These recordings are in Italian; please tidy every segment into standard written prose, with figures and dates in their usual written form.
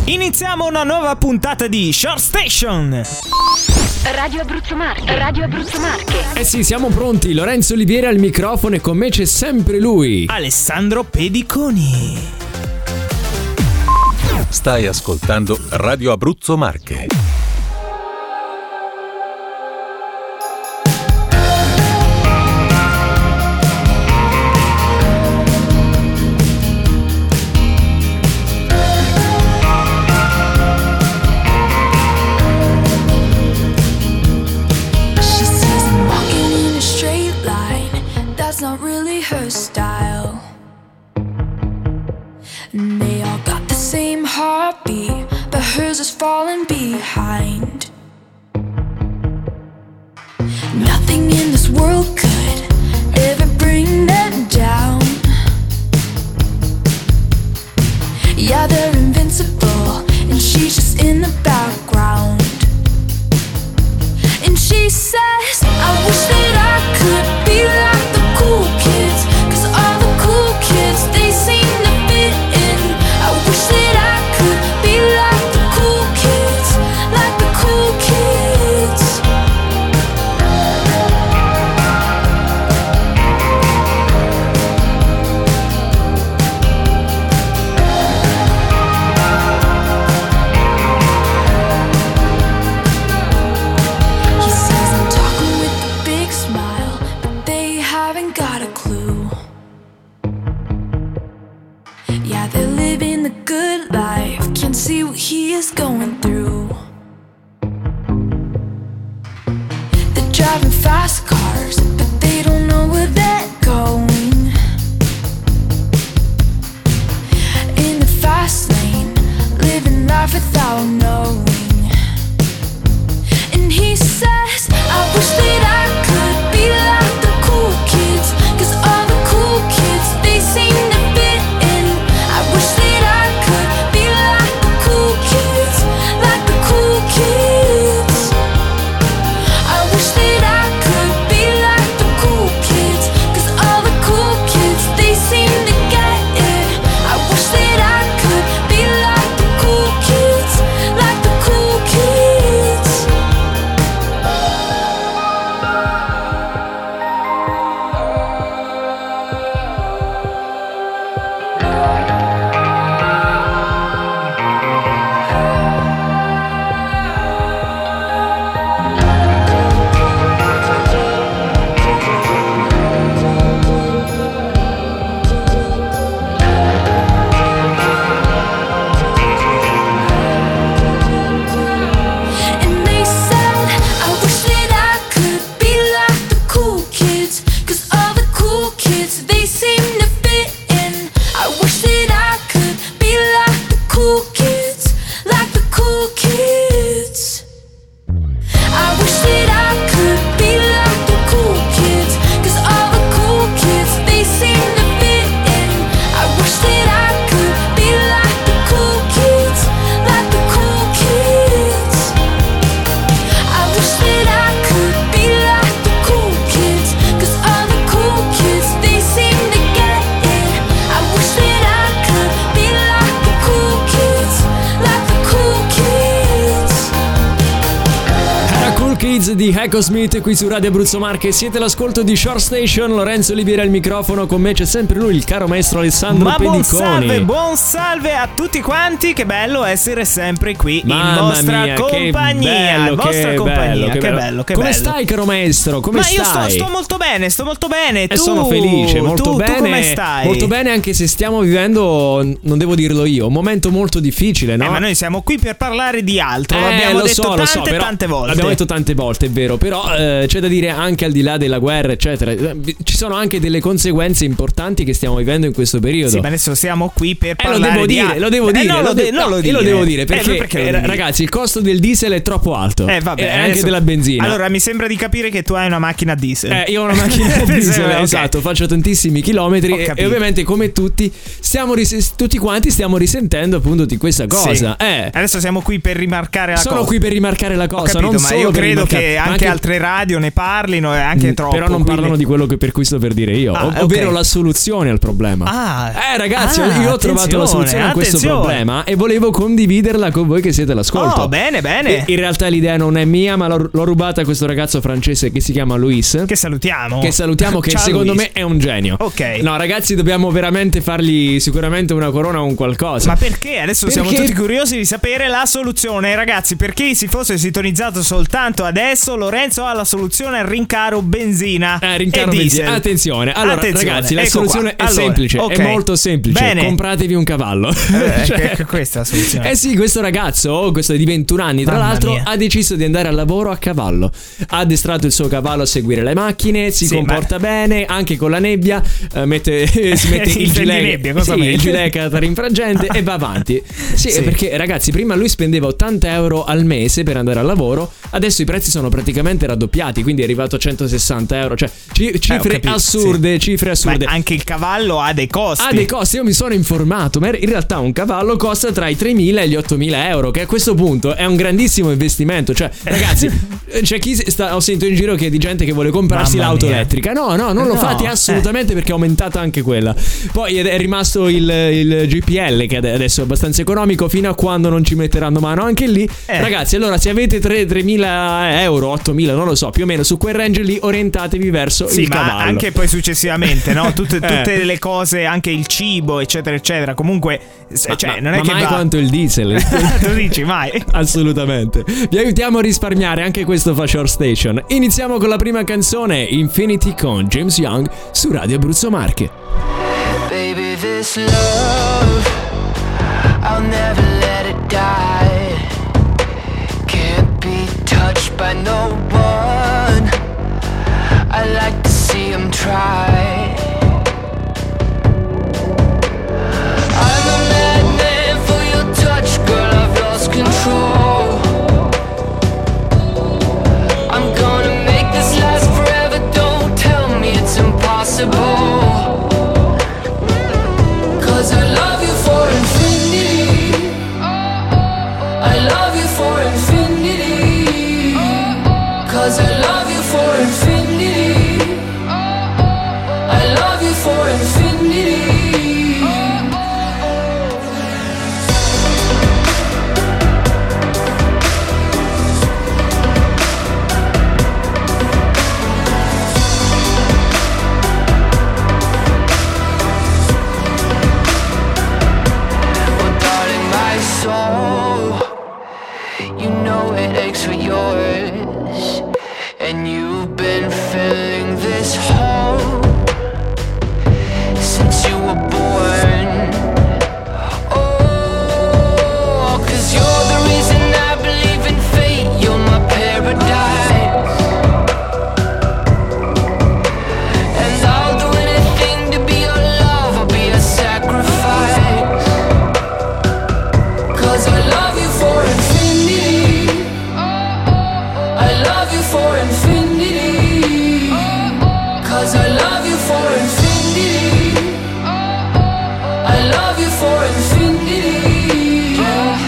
Iniziamo una nuova puntata di Short Station. Radio Abruzzo Marche, Radio Abruzzo Marche. Eh sì, siamo pronti. Lorenzo Olivieri al microfono e con me c'è sempre lui, Alessandro Pediconi. Stai ascoltando Radio Abruzzo Marche. Not really her style. And they all got the same heartbeat, but hers is falling behind. Nothing in this world could ever bring them down. Yeah, they're invincible, and she's just in the background. And she says, I wish that I could be like the cool kids, 'cause all the cool kids, they seem to fit in. I wish that I could be like the cool kids, like the cool kids. He says I'm talking with a big smile, but they haven't got a clue. Yeah, they're living the good life, can't see what he is going through. They're driving fast cars, but they don't know where they're going. In the fast lane, living life without knowing. And he says, I wish that I could be like the cool kids, 'cause all the cool kids, they seem to fit in. I wish that I could be like the cool kids, like the cool kids. I wish that I could be like the cool kids, 'cause all the cool kids, they seem to get it. I wish that I could be like the cool kids, like the cool kids. And they said, I wish that I could be like the cool kids, 'cause all the cool kids, they seem to fit in. I wish that I could be like the cool kids, like the cool kids. I wish that I could be like the cool kids, 'cause all the cool kids, they seem to fit in. I wish that I could be like the cool kids, like the cool kids. I wish that I could be like the cool kids, 'cause all the cool kids, they seem to get it. I wish that I could be like the cool kids, like the cool kids. era Cool Kids di Echo Smith qui su Radio Abruzzo Marche. Siete all'ascolto di Short Station, Lorenzo Olivieri al microfono, con me c'è sempre lui, il caro maestro Alessandro Ma Pediconi. buon salve a tutti quanti, che bello essere sempre qui Mamma in vostra mia, compagnia. che bello, in vostra che compagnia, bello, che bello, che Come bello. stai, caro maestro? Come Ma stai? io sto molto bene, E tu, sono felice, molto tu, bene. Tu come stai? Molto bene, anche se stiamo vivendo, non devo dirlo io, un momento molto difficile, no? Ma noi siamo qui per parlare di altro, l'abbiamo lo detto so, però tante volte. L'abbiamo detto tante volte, è vero, però c'è da dire, anche al di là della guerra eccetera, ci sono anche delle conseguenze importanti che stiamo vivendo in questo periodo. Sì, ma adesso siamo qui per Lo parlare devo di dire, lo devo dire. Lo devo dire perché, ragazzi, il costo del diesel è troppo alto. Vabbè, e anche adesso, della benzina. Allora, mi sembra di capire che tu hai una macchina diesel. Io ho una macchina diesel, Okay. esatto, faccio tantissimi chilometri e ovviamente, come tutti quanti stiamo risentendo appunto di questa cosa. Sì. Adesso siamo qui per rimarcare la cosa. Sono qui per rimarcare la cosa. Ho capito, non ma solo io per credo che che anche altre radio ne parlino, è anche troppo. Però non parlano di quello per cui sto per dire io, ovvero la soluzione al problema. Ragazzi, io ho trovato la soluzione a questo problema e volevo condividerla con voi che siete all'ascolto. Oh, bene. In realtà l'idea non è mia, ma l'ho rubata a questo ragazzo francese che si chiama Luis. Che salutiamo. Che Ciao, secondo Luis. me è un genio. Ok. No, ragazzi, dobbiamo veramente fargli sicuramente una corona o un qualcosa. Ma perché? Adesso siamo tutti curiosi di sapere la soluzione. Ragazzi, per chi si fosse sintonizzato soltanto adesso, Lorenzo ha la soluzione al rincaro benzina. Rincaro e benzina. diesel. Attenzione. Allora, ragazzi, la soluzione è semplice. Okay. È molto semplice. Bene. Compratevi un cavallo. Questa è la soluzione. Sì, questo ragazzo, questo è di 21 anni, tra l'altro, ha deciso di andare al lavoro a cavallo. Ha addestrato il suo cavallo a seguire le macchine, si comporta bene, anche con la nebbia, si mette il gilet catarinfrangente e va avanti. Sì, perché ragazzi, prima lui spendeva 80 euro al mese per andare al lavoro, adesso i prezzi sono praticamente raddoppiati, quindi è arrivato a 160 euro, cioè cifre assurde. Ma anche il cavallo ha dei costi. Io mi sono informato, ma in realtà un cavallo costa tra i 3.000 e gli 8.000 euro, che a questo punto è un grandissimo investimento. Cioè, ragazzi, c'è chi ho sentito in giro che di gente che vuole comprarsi l'auto elettrica. No, non lo fate assolutamente, perché è aumentata anche quella. Poi è rimasto il GPL, che adesso è abbastanza economico, fino a quando non ci metteranno mano anche lì. Ragazzi, allora, se avete 3.000 euro, 8.000, non lo so, più o meno su quel range lì, orientatevi verso il cavallo. Ma anche poi successivamente, no? Tutte le cose, anche il cibo, eccetera eccetera. Comunque, non è che mai quanto il diesel. Tu dici mai? Assolutamente. Vi aiutiamo a risparmiare, anche questo fa Short Station. Iniziamo con la prima canzone, Infinity con James Young su Radio Abruzzo Marche. Baby, this love, I'll never let it die. Can't be touched by no one. I like to see him try. I'm a madman for your touch, girl, I've lost control. I'm gonna make this last forever, don't tell me it's impossible. 'Cause I love you for infinity. I love you for infinity. 'Cause I love you for infinity. I love you for infinity. You know it aches for yours, and you've been filling this hole since you were born. Oh, 'cause you're the reason I believe in fate, you're my paradise. And I'll do anything to be your love, I'll be a sacrifice. 'Cause I love you for infinity. I love you for infinity. 'Cause I love you for infinity. I love you for infinity.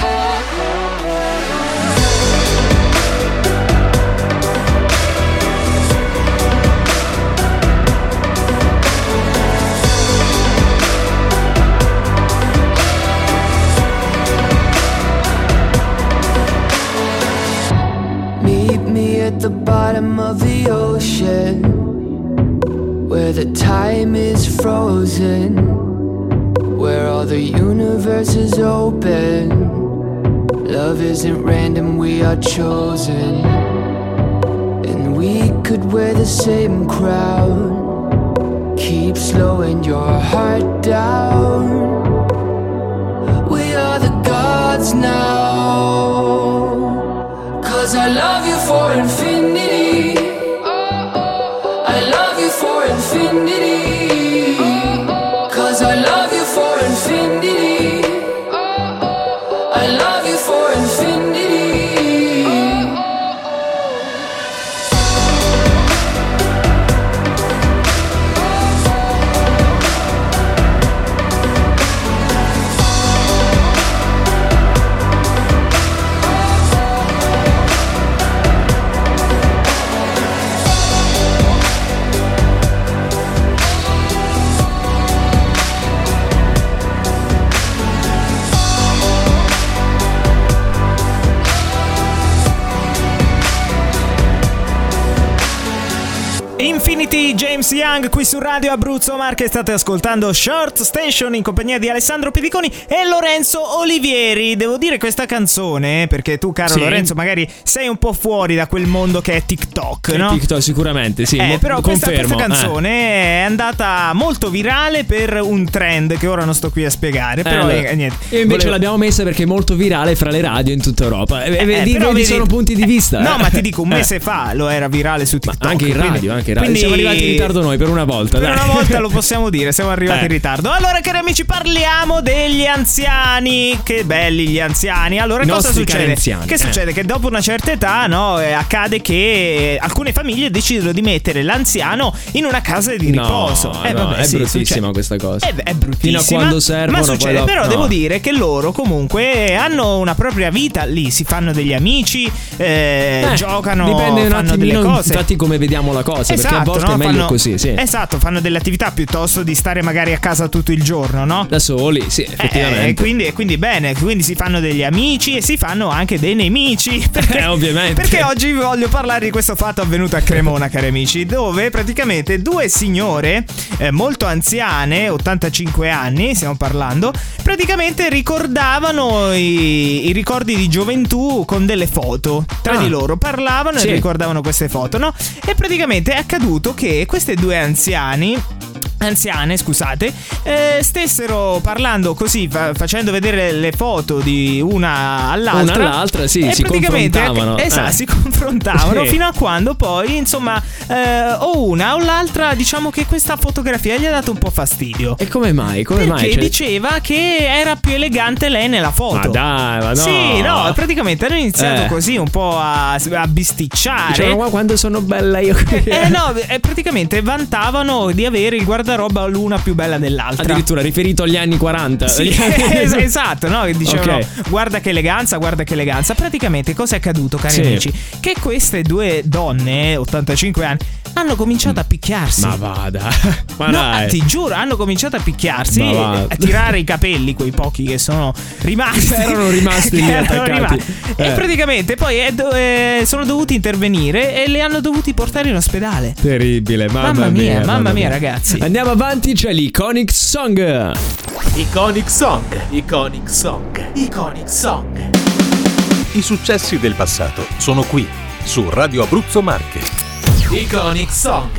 Meet me at the bottom of the ocean, where the time is frozen, where all the universe is open. Love isn't random, we are chosen. And we could wear the same crown, keep slowing your heart down. We are the gods now. 'Cause I love you for infinity. I love you for infinity. 'Cause I love you for infinity. I love you for infinity. Infinity, James Young qui su Radio Abruzzo Marche. State ascoltando Short Station in compagnia di Alessandro Pediconi e Lorenzo Olivieri. Devo dire questa canzone perché tu, caro Sì. Lorenzo, magari sei un po' fuori da quel mondo che è TikTok, no? TikTok sicuramente, sì. Però questa confermo. canzone è andata molto virale per un trend che ora non sto qui a spiegare. Però allora, niente. E invece Volevo- l'abbiamo messa perché è molto virale fra le radio in tutta Europa. Vedi, però vedi, vedi- sono punti di vista. No, ma ti dico, un mese fa lo era virale su TikTok. Anche in radio, quindi- anche in radio. quindi- Siamo arrivati in ritardo noi per una volta. Per dai. una volta lo possiamo dire, siamo arrivati in Eh. ritardo. Allora, cari amici, parliamo degli anziani. Che belli gli anziani. Allora, I cosa nostri cari succede? anziani. Che succede? Che dopo una certa età, no, accade che alcune famiglie decidono di mettere l'anziano in una casa di riposo. No, Vabbè, è sì, bruttissima succede. questa cosa. È bruttissima. Fino a quando servono, Ma poi succede, dopo- però no. devo dire che loro comunque hanno una propria vita lì, si fanno degli amici, giocano, Dipende un fanno delle attimino cose. infatti come vediamo la cosa, perché a volte no? è meglio Fanno- così, sì. Esatto, fanno delle attività piuttosto di stare magari a casa tutto il giorno, no? Da soli, sì, effettivamente. Quindi bene, quindi si fanno degli amici e si fanno anche dei nemici. Perché, Ovviamente. Perché oggi vi voglio parlare di questo fatto avvenuto a Cremona, cari amici, dove praticamente due signore molto anziane, 85 anni stiamo parlando, praticamente ricordavano i ricordi di gioventù con delle foto. Tra di loro parlavano Sì. e ricordavano queste foto, no? E praticamente è accaduto che queste due anziane, scusate, stessero parlando così, facendo vedere le foto di una all'altra. Una all'altra, sì, e si praticamente confrontavano. Esatto, si confrontavano Sì. fino a quando poi, insomma, o una o l'altra, diciamo che questa fotografia gli ha dato un po' fastidio. E come mai? Come Perché mai? Cioè- diceva che era più elegante lei nella foto. Ma dai, ma no. Sì, no, praticamente hanno iniziato così un po' a bisticciare. Dicevano, "Guarda quando sono bella io". No, praticamente vantavano di avere il guardaroba l'una più bella dell'altra. Addirittura riferito agli anni 40. Sì, esatto, no? Che dicevano Ok. guarda che eleganza. Praticamente cosa è accaduto, cari Sì. amici? Che queste due donne, 85 anni, hanno cominciato a picchiarsi. Ma vada. Ma No, dai. ti giuro, hanno cominciato a picchiarsi, Ma va. a tirare i capelli, quei pochi che sono rimasti. Erano rimasti lì Che erano attaccati. rimasti. E praticamente poi sono dovuti intervenire e le hanno dovuti portare in ospedale. Terribile, mamma mia, ragazzi. Andiamo avanti, c'è l'Iconic Song. Iconic Song. Iconic Song. Iconic Song. I successi del passato sono qui, su Radio Abruzzo Marche. Iconic Song.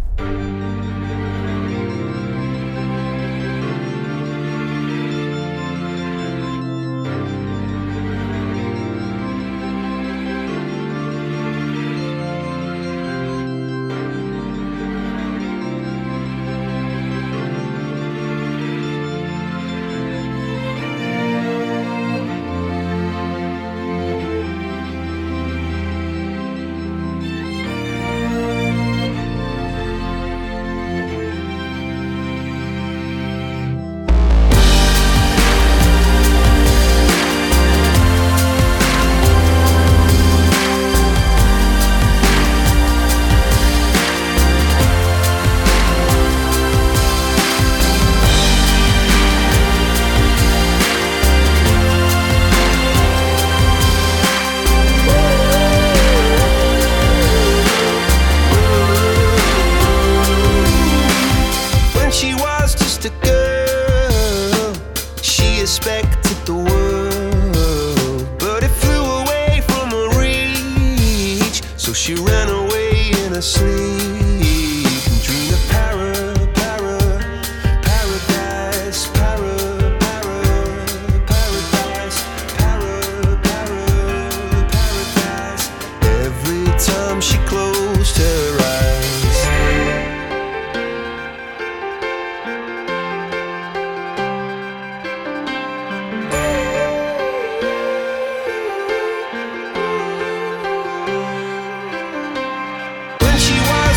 When she was just a girl, she expected the world, but it flew away from her reach. So she ran away in her sleep and dreamed of paradise, paradise. Every time she closed her eyes. When she was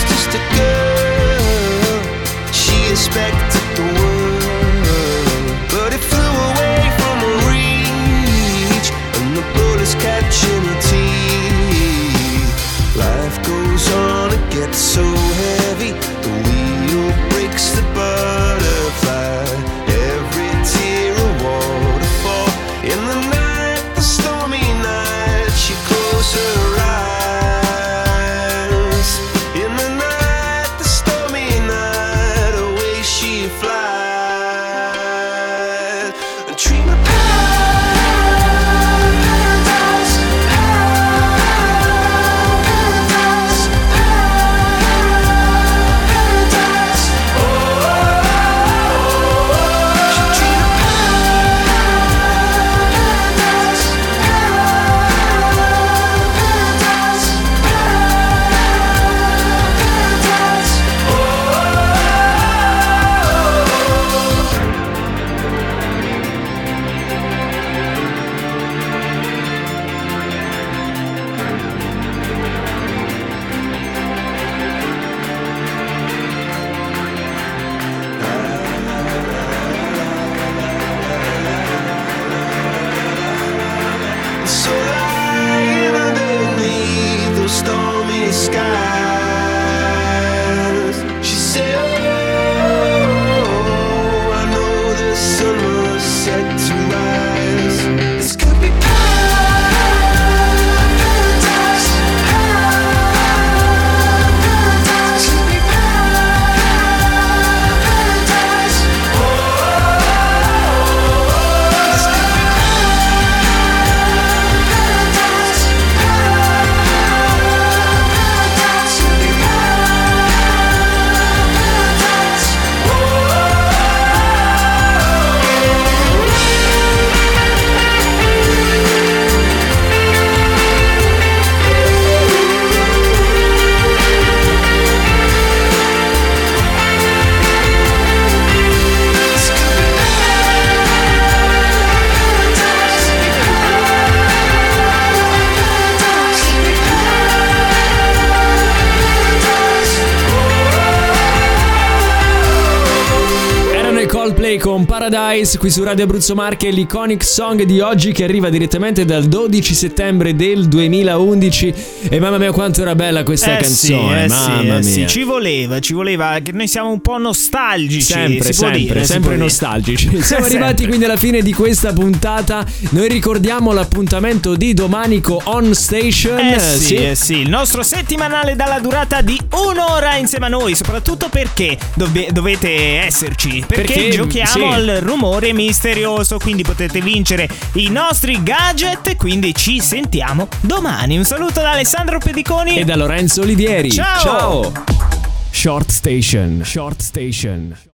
So lying underneath those stormy skies, she said, oh, I know the sun was set to rise. This could be paradise, paradise, could be paradise. Oh, this could be paradise, paradise, could be paradise. Coldplay con Paradise qui su Radio Abruzzo Marche, l'iconic song di oggi che arriva direttamente dal 12 settembre del 2011 e mamma mia quanto era bella questa canzone, mamma mia. Sì, ci voleva, che noi siamo un po' nostalgici, sempre nostalgici. Siamo arrivati quindi alla fine di questa puntata. Noi ricordiamo l'appuntamento di domani con On Station. Sì, il nostro settimanale dalla durata di un'ora insieme a noi, soprattutto perché dovete esserci, perché giochiamo al rumore misterioso, quindi potete vincere i nostri gadget, quindi ci sentiamo domani. Un saluto da Alessandro Pediconi e da Lorenzo Olivieri. Ciao. Short Station.